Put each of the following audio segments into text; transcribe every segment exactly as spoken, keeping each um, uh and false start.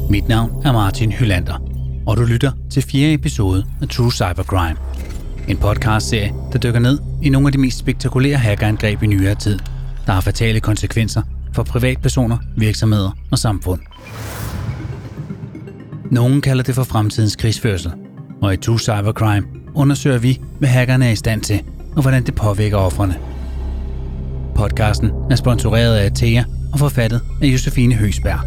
Mit navn er Martin Hylander, og du lytter til fjerde episode af True Cybercrime. En podcastserie, der dykker ned i nogle af de mest spektakulære hackerangreb i nyere tid, der har fatale konsekvenser for privatpersoner, virksomheder og samfund. Nogen kalder det for fremtidens krigsførsel, og i True Cybercrime undersøger vi, hvad hackerne er i stand til, og hvordan det påvirker ofrene. Podcasten er sponsoreret af Atea og forfattet af Josefine Høgsberg.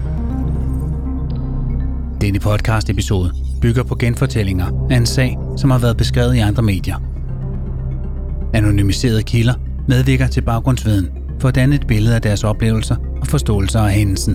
Denne podcast-episode bygger på genfortællinger af en sag, som har været beskrevet i andre medier. Anonymiserede kilder medvirker til baggrundsviden for at danne et billede af deres oplevelser og forståelser af hændelsen.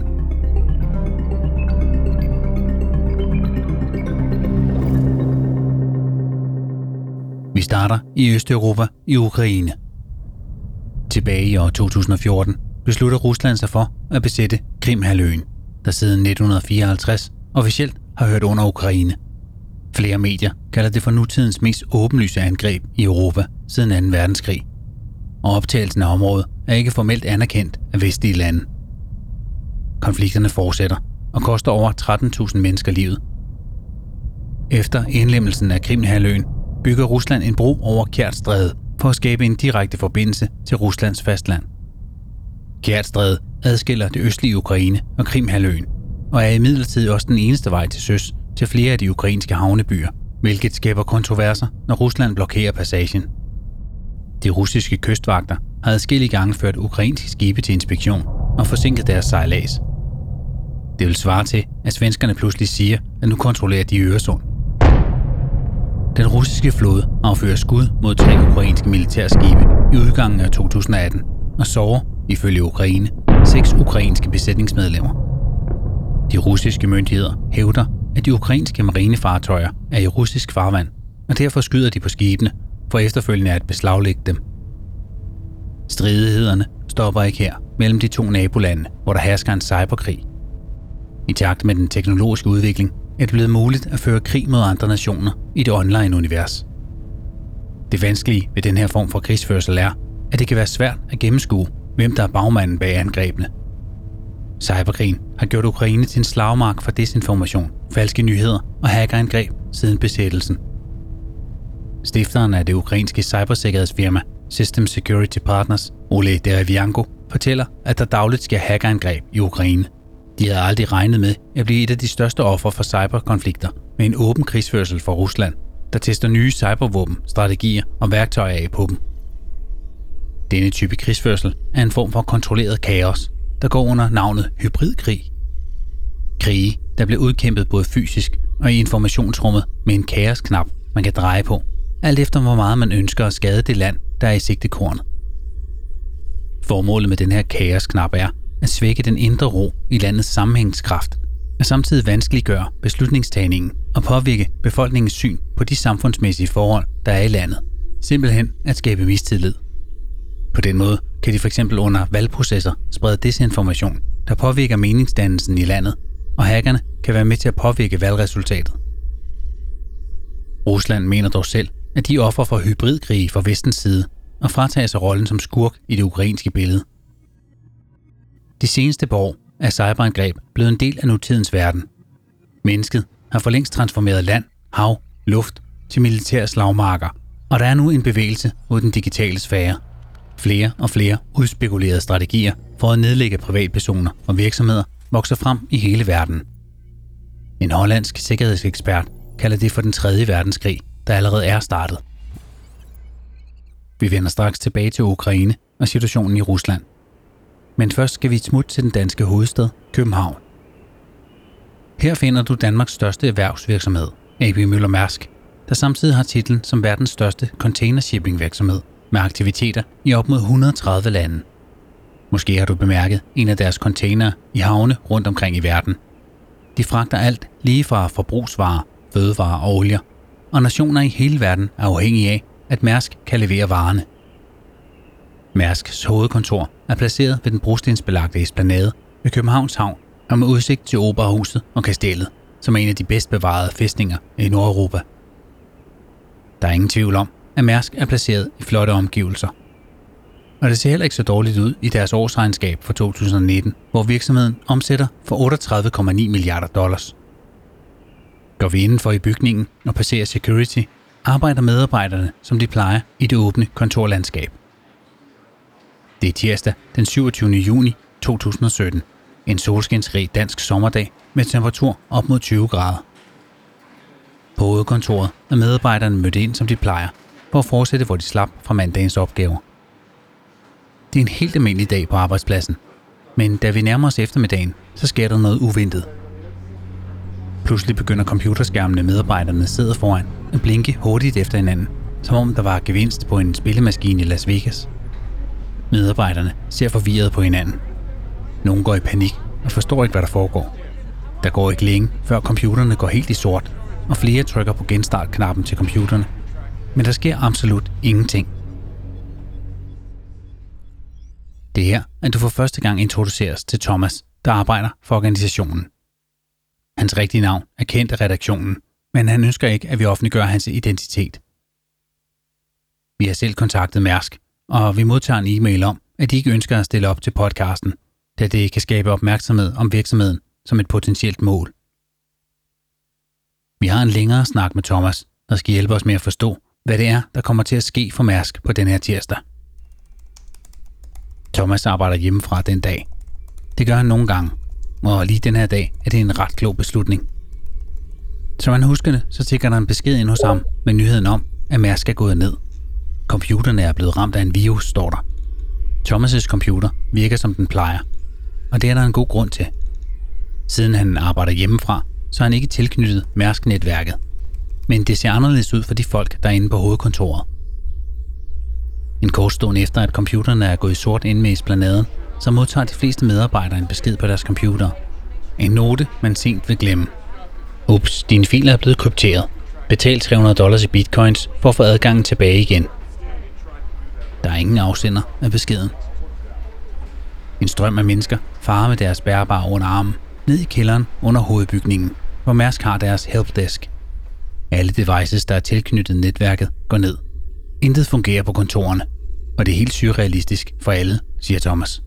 Vi starter i Østeuropa i Ukraine. Tilbage i år to tusind og fjorten beslutter Rusland sig for at besætte Krimhalvøen, der siden nitten fireoghalvtreds officielt har hørt under Ukraine. Flere medier kalder det for nutidens mest åbenlyse angreb i Europa siden anden verdenskrig, og optagelsen af området er ikke formelt anerkendt af vestlige lande. Konflikterne fortsætter og koster over tretten tusind mennesker livet. Efter indlemmelsen af Krimhalvøen bygger Rusland en bro over Kertjstrædet for at skabe en direkte forbindelse til Ruslands fastland. Kertjstrædet adskiller det østlige Ukraine og Krimhalvøen, og er imidlertid også den eneste vej til søs til flere af de ukrainske havnebyer, hvilket skaber kontroverser, når Rusland blokerer passagen. De russiske kystvagter har adskillige gange ført ukrainske skibe til inspektion og forsinket deres sejlads. Det vil svare til, at svenskerne pludselig siger, at nu kontrollerer de Øresund. Den russiske flåde affyrer skud mod tre ukrainske militærskibe i udgangen af to tusind og atten og sårer, ifølge Ukraine, seks ukrainske besætningsmedlemmer. De russiske myndigheder hævder, at de ukrainske marinefartøjer er i russisk farvand, og derfor skyder de på skibene, for efterfølgende at beslaglægge dem. Stridighederne stopper ikke her mellem de to nabolande, hvor der hersker en cyberkrig. I takt med den teknologiske udvikling er det blevet muligt at føre krig mod andre nationer i det online-univers. Det vanskelige ved den her form for krigsførsel er, at det kan være svært at gennemskue, hvem der er bagmanden bag angrebene. Cyberkrigen har gjort Ukraine til en slagmark for desinformation, falske nyheder og hackerangreb siden besættelsen. Stifteren af det ukrainske cybersikkerhedsfirma System Security Partners, Ole Derivianko, fortæller, at der dagligt sker hackerangreb i Ukraine. De havde aldrig regnet med at blive et af de største ofre for cyberkonflikter med en åben krigsførsel for Rusland, der tester nye cybervåben, strategier og værktøjer af på dem. Denne type krigsførsel er en form for kontrolleret kaos, der går under navnet hybridkrig. Krige, der bliver udkæmpet både fysisk og i informationsrummet med en kaosknap, man kan dreje på, alt efter hvor meget man ønsker at skade det land, der er i sigtekornet. Formålet med den her kaosknap er at svække den indre ro i landets sammenhængskraft, og samtidig vanskeliggøre beslutningstagningen og påvirke befolkningens syn på de samfundsmæssige forhold, der er i landet. Simpelthen at skabe mistillid. På den måde kan de f.eks. under valgprocesser sprede desinformation, der påvirker meningsdannelsen i landet, og hackerne kan være med til at påvirke valgresultatet. Rusland mener dog selv, at de er ofre for hybridkrig fra vestens side og fratager sig rollen som skurk i det ukrainske billede. De seneste par år er cyberangreb blevet en del af nutidens verden. Mennesket har for længst transformeret land, hav, luft til militære slagmarker, og der er nu en bevægelse mod den digitale sfære. Flere og flere udspekulerede strategier for at nedlægge privatpersoner og virksomheder vokser frem i hele verden. En hollandsk sikkerhedsekspert kalder det for den tredje verdenskrig, der allerede er startet. Vi vender straks tilbage til Ukraine og situationen i Rusland. Men først skal vi et smut til den danske hovedstad, København. Her finder du Danmarks største erhvervsvirksomhed, A P Møller Mærsk, der samtidig har titlen som verdens største containershipping-virksomhed med aktiviteter i op mod et hundrede og tredive lande. Måske har du bemærket en af deres containere i havne rundt omkring i verden. De fragter alt lige fra forbrugsvarer, fødevarer og olier, og nationer i hele verden er afhængige af, at Mærsk kan levere varerne. Mærsks hovedkontor er placeret ved den brostensbelagte esplanade ved Københavns Havn og med udsigt til Operahuset og Kastellet, som er en af de bedst bevarede fæstninger i Nordeuropa. Der er ingen tvivl om, at Mærsk er placeret i flotte omgivelser. Og og det ser heller ikke så dårligt ud i deres årsregnskab for to tusind nitten, hvor virksomheden omsætter for otteogtredive komma ni milliarder dollars. Går vi indenfor i bygningen og passerer security, arbejder medarbejderne, som de plejer, i det åbne kontorlandskab. Det er tirsdag den syvogtyvende juni to tusind sytten, en solskinsrig dansk sommerdag med temperatur op mod tyve grader. På hovedkontoret er medarbejderne mødt ind, som de plejer, for at fortsætte, hvor de slap fra mandagens opgaver. Det er en helt almindelig dag på arbejdspladsen, men da vi nærmer os eftermiddagen, så sker der noget uventet. Pludselig begynder computerskærmene, medarbejderne sidder foran, at blinke hurtigt efter hinanden, som om der var gevinst på en spillemaskine i Las Vegas. Medarbejderne ser forvirret på hinanden. Nogle går i panik og forstår ikke, hvad der foregår. Der går ikke længe, før computerne går helt i sort, og flere trykker på genstart-knappen til computerne. Men der sker absolut ingenting. Det er her, at du for første gang introduceres til Thomas, der arbejder for organisationen. Hans rigtige navn er kendt af redaktionen, men han ønsker ikke, at vi offentliggør hans identitet. Vi har selv kontaktet Mærsk, og vi modtager en e-mail om, at de ikke ønsker at stille op til podcasten, da det kan skabe opmærksomhed om virksomheden som et potentielt mål. Vi har en længere snak med Thomas, der skal hjælpe os med at forstå, hvad det er, der kommer til at ske for Mærsk på den her tirsdag. Thomas arbejder hjemmefra den dag. Det gør han nogle gange, og lige den her dag er det en ret klog beslutning. Som han husker det, så tikker der en besked ind hos ham med nyheden om, at Mærsk er gået ned. Computerne er blevet ramt af en virus, står der. Thomas' computer virker som den plejer, og det er der en god grund til. Siden han arbejder hjemmefra, så er han ikke tilknyttet Mærsk-netværket. Men det ser anderledes ud for de folk, der er inde på hovedkontoret. En kort stund efter, at computerne er gået i sort inde med esplanaden, så modtager de fleste medarbejdere en besked på deres computer. En note, man sent vil glemme. Ups, dine filer er blevet krypteret. Betal tre hundrede dollars i bitcoins for at få adgangen tilbage igen. Der er ingen afsender af beskeden. En strøm af mennesker farer med deres bærbare under armen ned i kælderen under hovedbygningen, hvor Mærsk har deres helpdesk. Alle devices, der er tilknyttet netværket, går ned. Intet fungerer på kontorerne, og det er helt surrealistisk for alle, siger Thomas.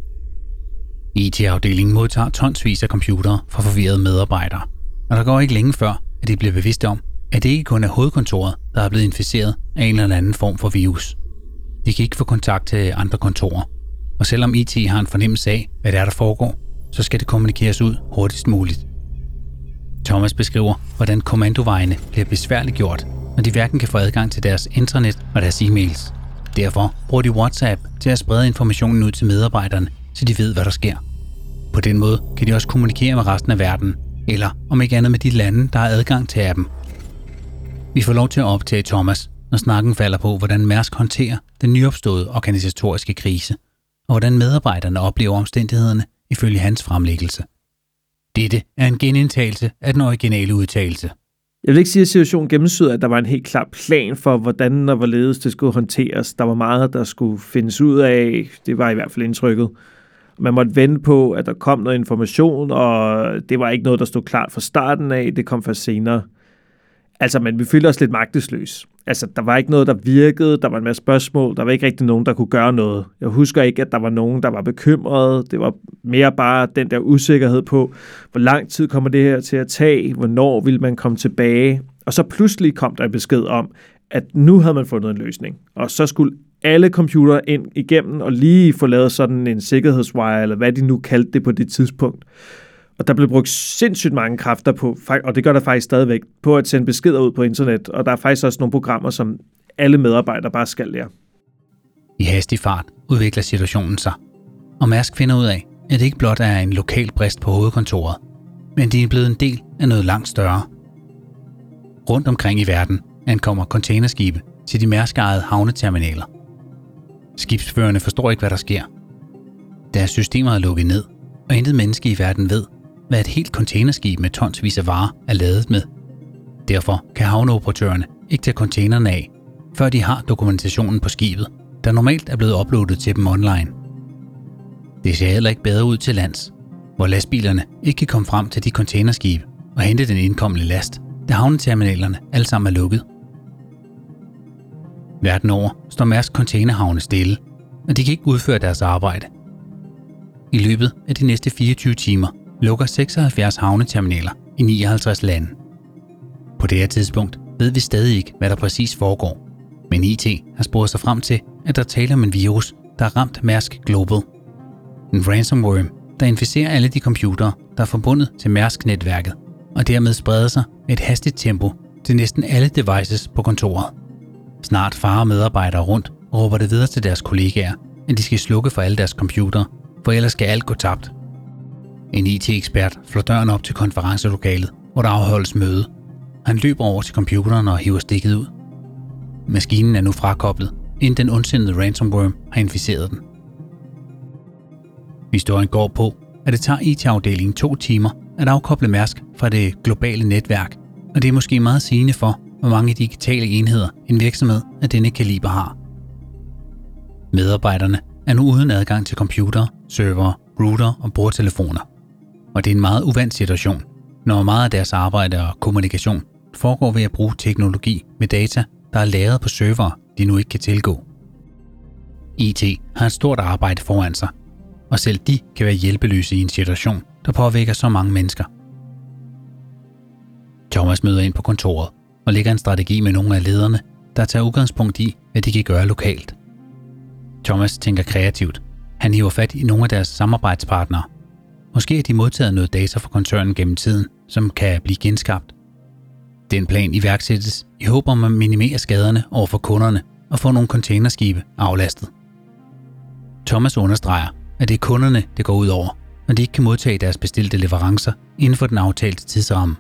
I T-afdelingen modtager tonsvis af computere fra forvirrede medarbejdere, og der går ikke længe før, at de bliver bevidste om, at det ikke kun er hovedkontoret, der er blevet inficeret af en eller anden form for virus. De kan ikke få kontakt til andre kontorer, og selvom I T har en fornemmelse af, hvad det er, der foregår, så skal det kommunikeres ud hurtigst muligt. Thomas beskriver, hvordan kommandovejene bliver besværligt gjort, når de hverken kan få adgang til deres intranet og deres e-mails. Derfor bruger de WhatsApp til at sprede informationen ud til medarbejderne, så de ved, hvad der sker. På den måde kan de også kommunikere med resten af verden, eller om ikke andet med de lande, der har adgang til appen. Vi får lov til at optage Thomas, når snakken falder på, hvordan Mærsk håndterer den nyopståede organisatoriske krise, og hvordan medarbejderne oplever omstændighederne ifølge hans fremlæggelse. Dette er en genindtagelse af den originale udtalelse. Jeg vil ikke sige, at situationen gennemsyder, at der var en helt klar plan for, hvordan og hvorledes det skulle håndteres. Der var meget, der skulle findes ud af. Det var i hvert fald indtrykket. Man måtte vente på, at der kom noget information, og det var ikke noget, der stod klart fra starten af. Det kom først senere. Altså, men vi følte os lidt magtesløse. Altså, der var ikke noget, der virkede. Der var en masse spørgsmål. Der var ikke rigtig nogen, der kunne gøre noget. Jeg husker ikke, at der var nogen, der var bekymrede. Det var mere bare den der usikkerhed på, hvor lang tid kommer det her til at tage? Hvornår vil man komme tilbage? Og så pludselig kom der en besked om, at nu havde man fundet en løsning. Og så skulle alle computere ind igennem og lige få lavet sådan en sikkerhedswire, eller hvad de nu kaldte det på det tidspunkt. Og der blev brugt sindssygt mange kræfter på, og det gør der faktisk stadigvæk, på at sende beskeder ud på internet. Og der er faktisk også nogle programmer, som alle medarbejdere bare skal lære. I hastig fart udvikler situationen sig, og Mærsk finder ud af, at det ikke blot er en lokal brist på hovedkontoret, men de er blevet en del af noget langt større. Rundt omkring i verden ankommer containerskibe til de Mærsk-ejede havneterminaler. Skibsførerne forstår ikke, hvad der sker. Deres systemer er lukket ned, og intet menneske i verden ved, hvad et helt containerskib med tonsvis af varer er ladet med. Derfor kan havneoperatørerne ikke tage containerne af, før de har dokumentationen på skibet, der normalt er blevet uploadet til dem online. Det ser heller ikke bedre ud til lands, hvor lastbilerne ikke kan komme frem til de containerskibe og hente den indkommende last, da havneterminalerne alle sammen er lukket. Verden over står Mærsk containerhavne stille, og de kan ikke udføre deres arbejde. I løbet af de næste fireogtyve timer lukker seksoghalvfjerds havneterminaler i nioghalvtreds lande. På det her tidspunkt ved vi stadig ikke, hvad der præcis foregår, men I T har sporet sig frem til, at der taler om en virus, der har ramt Mærsk Global. En ransomworm, der inficerer alle de computere, der er forbundet til Mærsk-netværket, og dermed spreder sig med et hastigt tempo til næsten alle devices på kontoret. Snart farer medarbejdere rundt og råber det videre til deres kollegaer, at de skal slukke for alle deres computere, for ellers skal alt gå tabt. En I T-ekspert flår døren op til konferencelokalet, hvor der afholdes møde. Han løber over til computeren og hiver stikket ud. Maskinen er nu frakoblet, inden den ondsindede ransomworm har inficeret den. Historien går på, at det tager I T-afdelingen to timer at afkoble Mærsk fra det globale netværk, og det er måske meget sigende for, hvor mange digitale enheder en virksomhed af denne kaliber har. Medarbejderne er nu uden adgang til computer, server, router og bordtelefoner, og det er en meget uvant situation, når meget af deres arbejde og kommunikation foregår ved at bruge teknologi med data, der er lagret på servere, de nu ikke kan tilgå. I T har et stort arbejde foran sig, og selv de kan være hjælpeløse i en situation, der påvirker så mange mennesker. Thomas møder ind på kontoret og lægger en strategi med nogle af lederne, der tager udgangspunkt i, hvad de kan gøre lokalt. Thomas tænker kreativt. Han hiver fat i nogle af deres samarbejdspartnere. Måske har de modtaget noget data fra koncernen gennem tiden, som kan blive genskabt. Den plan iværksættes i håb om at minimere skaderne over for kunderne og få nogle containerskibe aflastet. Thomas understreger, at det er kunderne, det går ud over, når de ikke kan modtage deres bestilte leverancer inden for den aftalte tidsramme.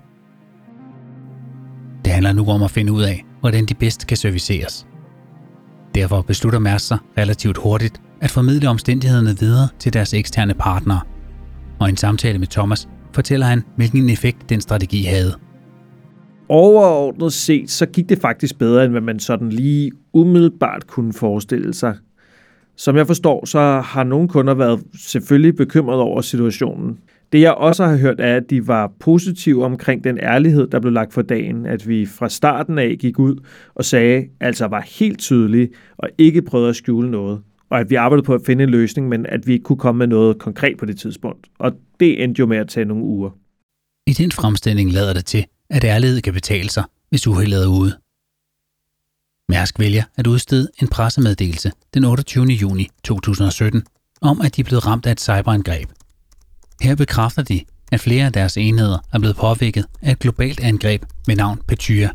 Det handler nu om at finde ud af, hvordan de bedst kan serviceres. Derfor beslutter Mærsk sig relativt hurtigt at formidle omstændighederne videre til deres eksterne partnere. Og i en samtale med Thomas fortæller han, hvilken effekt den strategi havde. Overordnet set, så gik det faktisk bedre, end hvad man sådan lige umiddelbart kunne forestille sig. Som jeg forstår, så har nogle kunder været selvfølgelig bekymrede over situationen. Det jeg også har hørt er, at de var positive omkring den ærlighed, der blev lagt for dagen, at vi fra starten af gik ud og sagde, altså var helt tydelige og ikke prøvede at skjule noget. Og at vi arbejdede på at finde en løsning, men at vi ikke kunne komme med noget konkret på det tidspunkt. Og det endte jo med at tage nogle uger. I den fremstilling lader det til, at ærlighed kan betale sig, hvis uheldet er ude. Mærsk vælger at udstede en pressemeddelelse den otteogtyvende juni to tusind og sytten om, at de er blevet ramt af et cyberangreb. Her bekræfter de, at flere af deres enheder er blevet påvirket af et globalt angreb med navn Petya.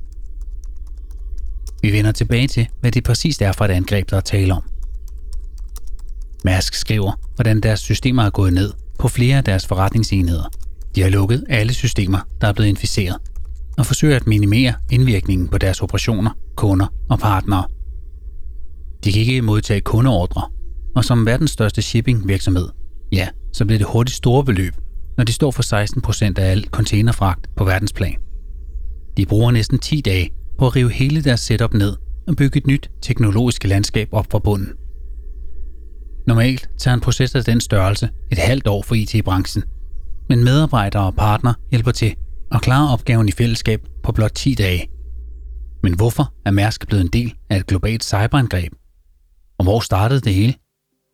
Vi vender tilbage til, hvad det præcist er for et angreb, der er tale om. Mærsk skriver, hvordan deres systemer er gået ned på flere af deres forretningsenheder. De har lukket alle systemer, der er blevet inficeret, og forsøger at minimere indvirkningen på deres operationer, kunder og partnere. De kan ikke modtage kundeordre, og som verdens største shipping-virksomhed, ja, så bliver det hurtigt store beløb, når de står for seksten procent af al containerfragt på verdensplan. De bruger næsten ti dage på at rive hele deres setup ned og bygge et nyt teknologisk landskab op fra bunden. Normalt tager en proces af den størrelse et halvt år for I T-branchen, men medarbejdere og partner hjælper til og klarer opgaven i fællesskab på blot ti dage. Men hvorfor er Mærsk blevet en del af et globalt cyberangreb? Og hvor startede det hele?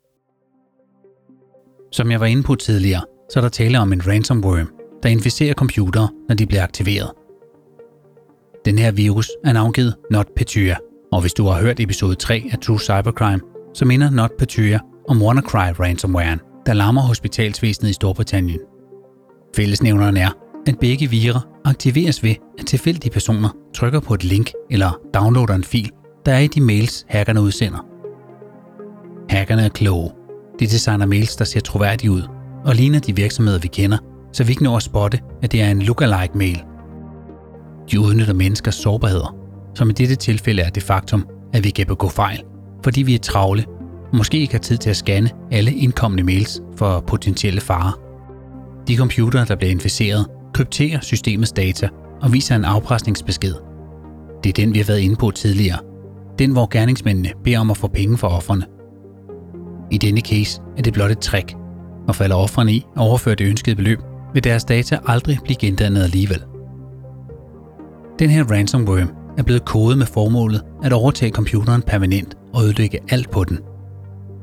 Som jeg var inde på tidligere, så er der tale om en ransomworm, der inficerer computere, når de bliver aktiveret. Den her virus er navngivet NotPetya, og hvis du har hørt episode tre af True Cybercrime, så minder NotPetya om WannaCry ransomwaren, der lammer hospitalsvæsenet i Storbritannien. Fællesnævneren er, at begge virer aktiveres ved, at tilfældige personer trykker på et link eller downloader en fil, der er i de mails, hackerne udsender. Hackerne er kloge. De designer mails, der ser troværdige ud, og ligner de virksomheder, vi kender, så vi ikke når at spotte, at det er en lookalike mail. De udnytter menneskers sårbarheder, som i dette tilfælde er det faktum, at vi kan begå fejl, fordi vi er travle og måske ikke har tid til at scanne alle indkommende mails for potentielle farer. De computere, der bliver inficeret, krypterer systemets data og viser en afpresningsbesked. Det er den, vi har været inde på tidligere. Den, hvor gerningsmændene beder om at få penge for ofrene. I denne case er det blot et trick, og falder ofrene i at overføre det ønskede beløb, vil deres data aldrig blive gendannet alligevel. Den her ransomworm er blevet kodet med formålet at overtage computeren permanent og ødelægge alt på den.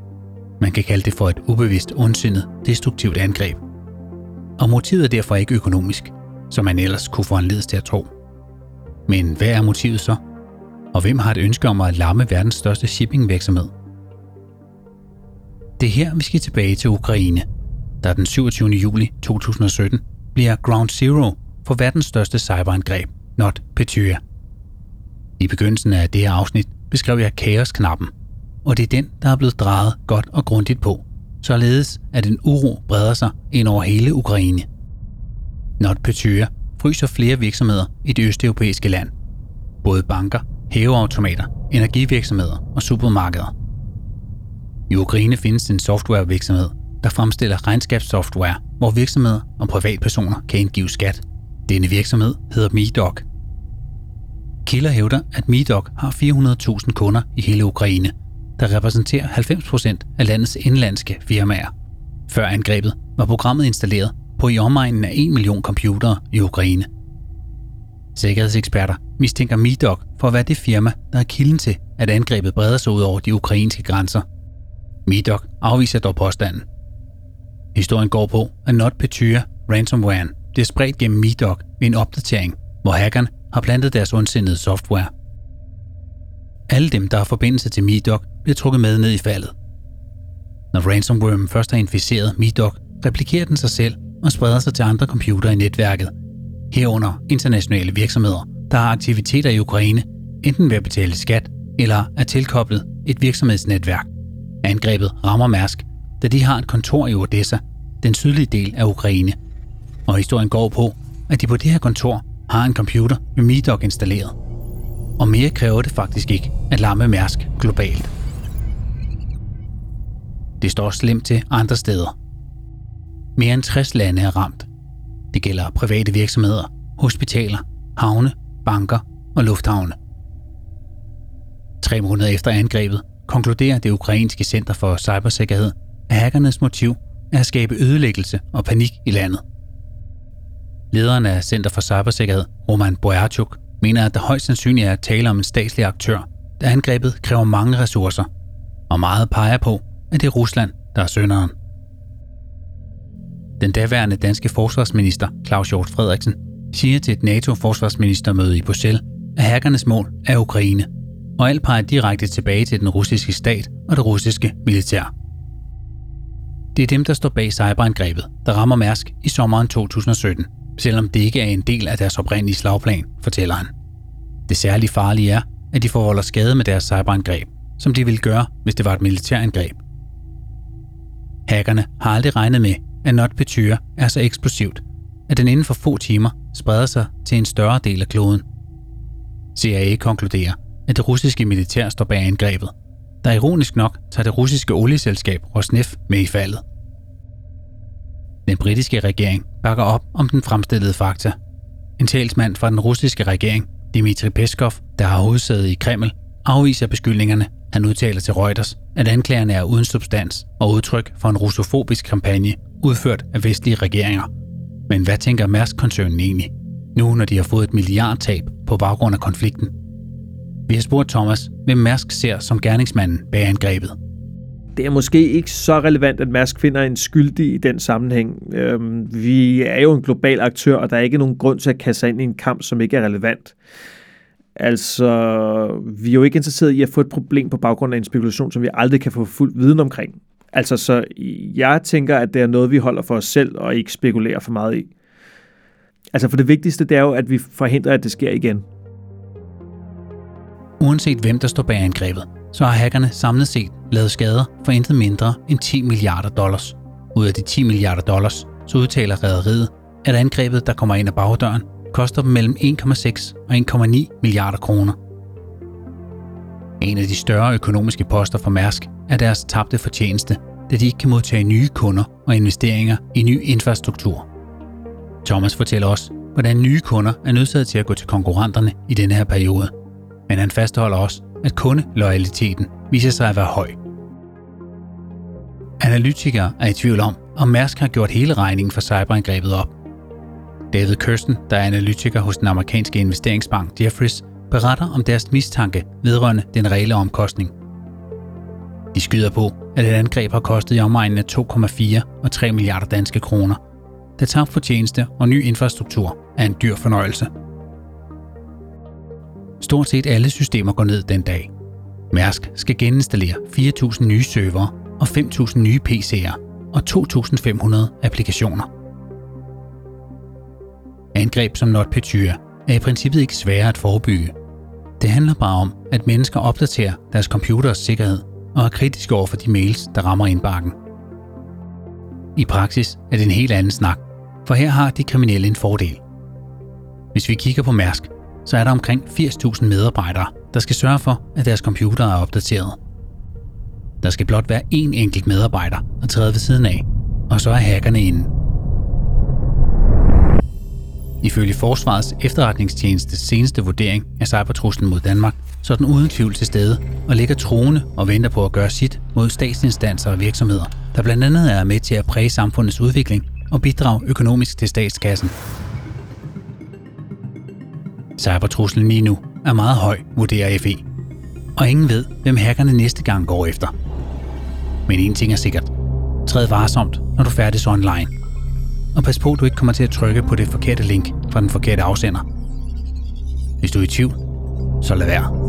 Man kan kalde det for et ubevidst, ondsindet, destruktivt angreb. Og motivet er derfor ikke økonomisk, som man ellers kunne foranledes til at tro. Men hvad er motivet så? Og hvem har et ønske om at lamme verdens største shippingvirksomhed? Det er her, vi skal tilbage til Ukraine, der den syvogtyvende juli to tusind og sytten bliver Ground Zero for verdens største cyberangreb, NotPetya. I begyndelsen af det her afsnit beskrev jeg kaosknappen, og det er den, der er blevet drejet godt og grundigt på, således at en uro breder sig ind over hele Ukraine. NotPetya fryser flere virksomheder i det østeuropæiske land. Både banker, hæveautomater, energivirksomheder og supermarkeder. I Ukraine findes en softwarevirksomhed, der fremstiller regnskabssoftware, hvor virksomheder og privatpersoner kan indgive skat. Denne virksomhed hedder MeDoc. Kilder hævder, at MeDoc har fire hundrede tusind kunder i hele Ukraine, der repræsenterer halvfems procent af landets indlandske firmaer. Før angrebet var programmet installeret på i omegnen af en million computere i Ukraine. Sikkerhedseksperter mistænker MeDoc for at være det firma, der er kilden til, at angrebet breder sig ud over de ukrainske grænser. MeDoc afviser dog påstanden. Historien går på, at NotPetya ransomwaren bliver spredt gennem MeDoc ved en opdatering, hvor hackerne har plantet deres ondsindede software. Alle dem, der har forbindelse til MeDoc, bliver trukket med ned i faldet. Når ransomwaren først har inficeret MeDoc, replikerer den sig selv og spreder sig til andre computere i netværket, herunder internationale virksomheder, der har aktiviteter i Ukraine, enten ved at betale skat eller er tilkoblet et virksomhedsnetværk. Angrebet rammer Mærsk, da de har et kontor i Odessa, den sydlige del af Ukraine. Og historien går på, at de på det her kontor har en computer med MeDoc installeret. Og mere kræver det faktisk ikke at lamme Mærsk globalt. Det står slemt til andre steder. Mere end tres lande er ramt. Det gælder private virksomheder, hospitaler, havne, banker og lufthavne. Tre måneder efter angrebet konkluderer det ukrainske center for cybersikkerhed, at hackernes motiv er at skabe ødelæggelse og panik i landet. Lederen af Center for Cybersikkerhed, Roman Boyarchuk, mener, at der højst sandsynligt er at tale om en statslig aktør, da angrebet kræver mange ressourcer, og meget peger på, at det er Rusland, der er synderen. Den daværende danske forsvarsminister, Claus Hjort Frederiksen, siger til et NATO-forsvarsministermøde i Bruxelles, at hackernes mål er Ukraine, og alt peger direkte tilbage til den russiske stat og det russiske militær. Det er dem, der står bag cyberangrebet, der rammer Mærsk i sommeren to tusind og sytten, selvom det ikke er en del af deres oprindelige slagplan, fortæller han. Det særligt farlige er, at de forvolder skade med deres cyberangreb, som de ville gøre, hvis det var et militærangreb. Hackerne har aldrig regnet med, at NotPetya er så eksplosivt, at den inden for få timer spreder sig til en større del af kloden. C I A konkluderer, at det russiske militær står bag angrebet, der ironisk nok tager det russiske olieselskab Rosneft med i faldet. Den britiske regering bakker op om den fremstillede fakta. En talsmand fra den russiske regering, Dmitry Peskov, der har hovedsæde i Kreml, afviser beskyldningerne. Han udtaler til Reuters, at anklagerne er uden substans og udtryk for en russofobisk kampagne udført af vestlige regeringer. Men hvad tænker Mærsk-koncernen egentlig, nu når de har fået et milliardtab på baggrund af konflikten? Vi har spurgt Thomas, hvem Mærsk ser som gerningsmanden bag angrebet. Det er måske ikke så relevant, at Mærsk finder en skyldig i den sammenhæng. Øhm, vi er jo en global aktør, og der er ikke nogen grund til at kaste sig ind i en kamp, som ikke er relevant. Altså, vi er jo ikke interesseret i at få et problem på baggrund af en spekulation, som vi aldrig kan få fuld viden omkring. Altså, så jeg tænker, at det er noget, vi holder for os selv, og ikke spekulerer for meget i. Altså, for det vigtigste, det er jo, at vi forhindrer, at det sker igen. Uanset hvem der står bag angrebet, så har hackerne samlet set lavet skader for intet mindre end ti milliarder dollars. Ud af de ti milliarder dollars, så udtaler rederiet, at angrebet, der kommer ind ad bagdøren, koster dem mellem en komma seks og en komma ni milliarder kroner. En af de større økonomiske poster for Mærsk er deres tabte fortjeneste, da de ikke kan modtage nye kunder og investeringer i ny infrastruktur. Thomas fortæller også, hvordan nye kunder er nødsaget til at gå til konkurrenterne i denne her periode. Men han fastholder også, at kundeloyaliteten viser sig at være høj. Analytikere er i tvivl om, om Mærsk har gjort hele regningen for cyberangrebet op. David Kirsten, der er analytiker hos den amerikanske investeringsbank Jefferies, beretter om deres mistanke vedrørende den reelle omkostning. De skyder på, at et angreb har kostet i omegnen af to komma fire og tre milliarder danske kroner, da tabt fortjeneste og ny infrastruktur er en dyr fornøjelse. Stort set alle systemer går ned den dag. Mærsk skal geninstallere fire tusind nye servere og fem tusind nye P C'er og to tusind fem hundrede applikationer. Angreb som NotPetya er i princippet ikke svære at forebygge. Det handler bare om, at mennesker opdaterer deres computers sikkerhed og er kritiske over for de mails, der rammer indbakken. I praksis er det en helt anden snak, for her har de kriminelle en fordel. Hvis vi kigger på Mærsk, så er der omkring firs tusind medarbejdere, der skal sørge for, at deres computer er opdateret. Der skal blot være én enkelt medarbejder at træde ved siden af, og så er hackerne inde. Ifølge Forsvarets efterretningstjenestes seneste vurdering af cybertruslen mod Danmark, så er den uden tvivl til stede og ligger truende og venter på at gøre sit mod statsinstanser og virksomheder, der blandt andet er med til at præge samfundets udvikling og bidrage økonomisk til statskassen. Cybertruslen lige nu er meget høj, vurderer F E, og ingen ved, hvem hackerne næste gang går efter. Men en ting er sikkert. Træd varsomt, når du færdes online. Og pas på, at du ikke kommer til at trykke på det forkerte link fra den forkerte afsender. Hvis du er i tvivl, så lad være.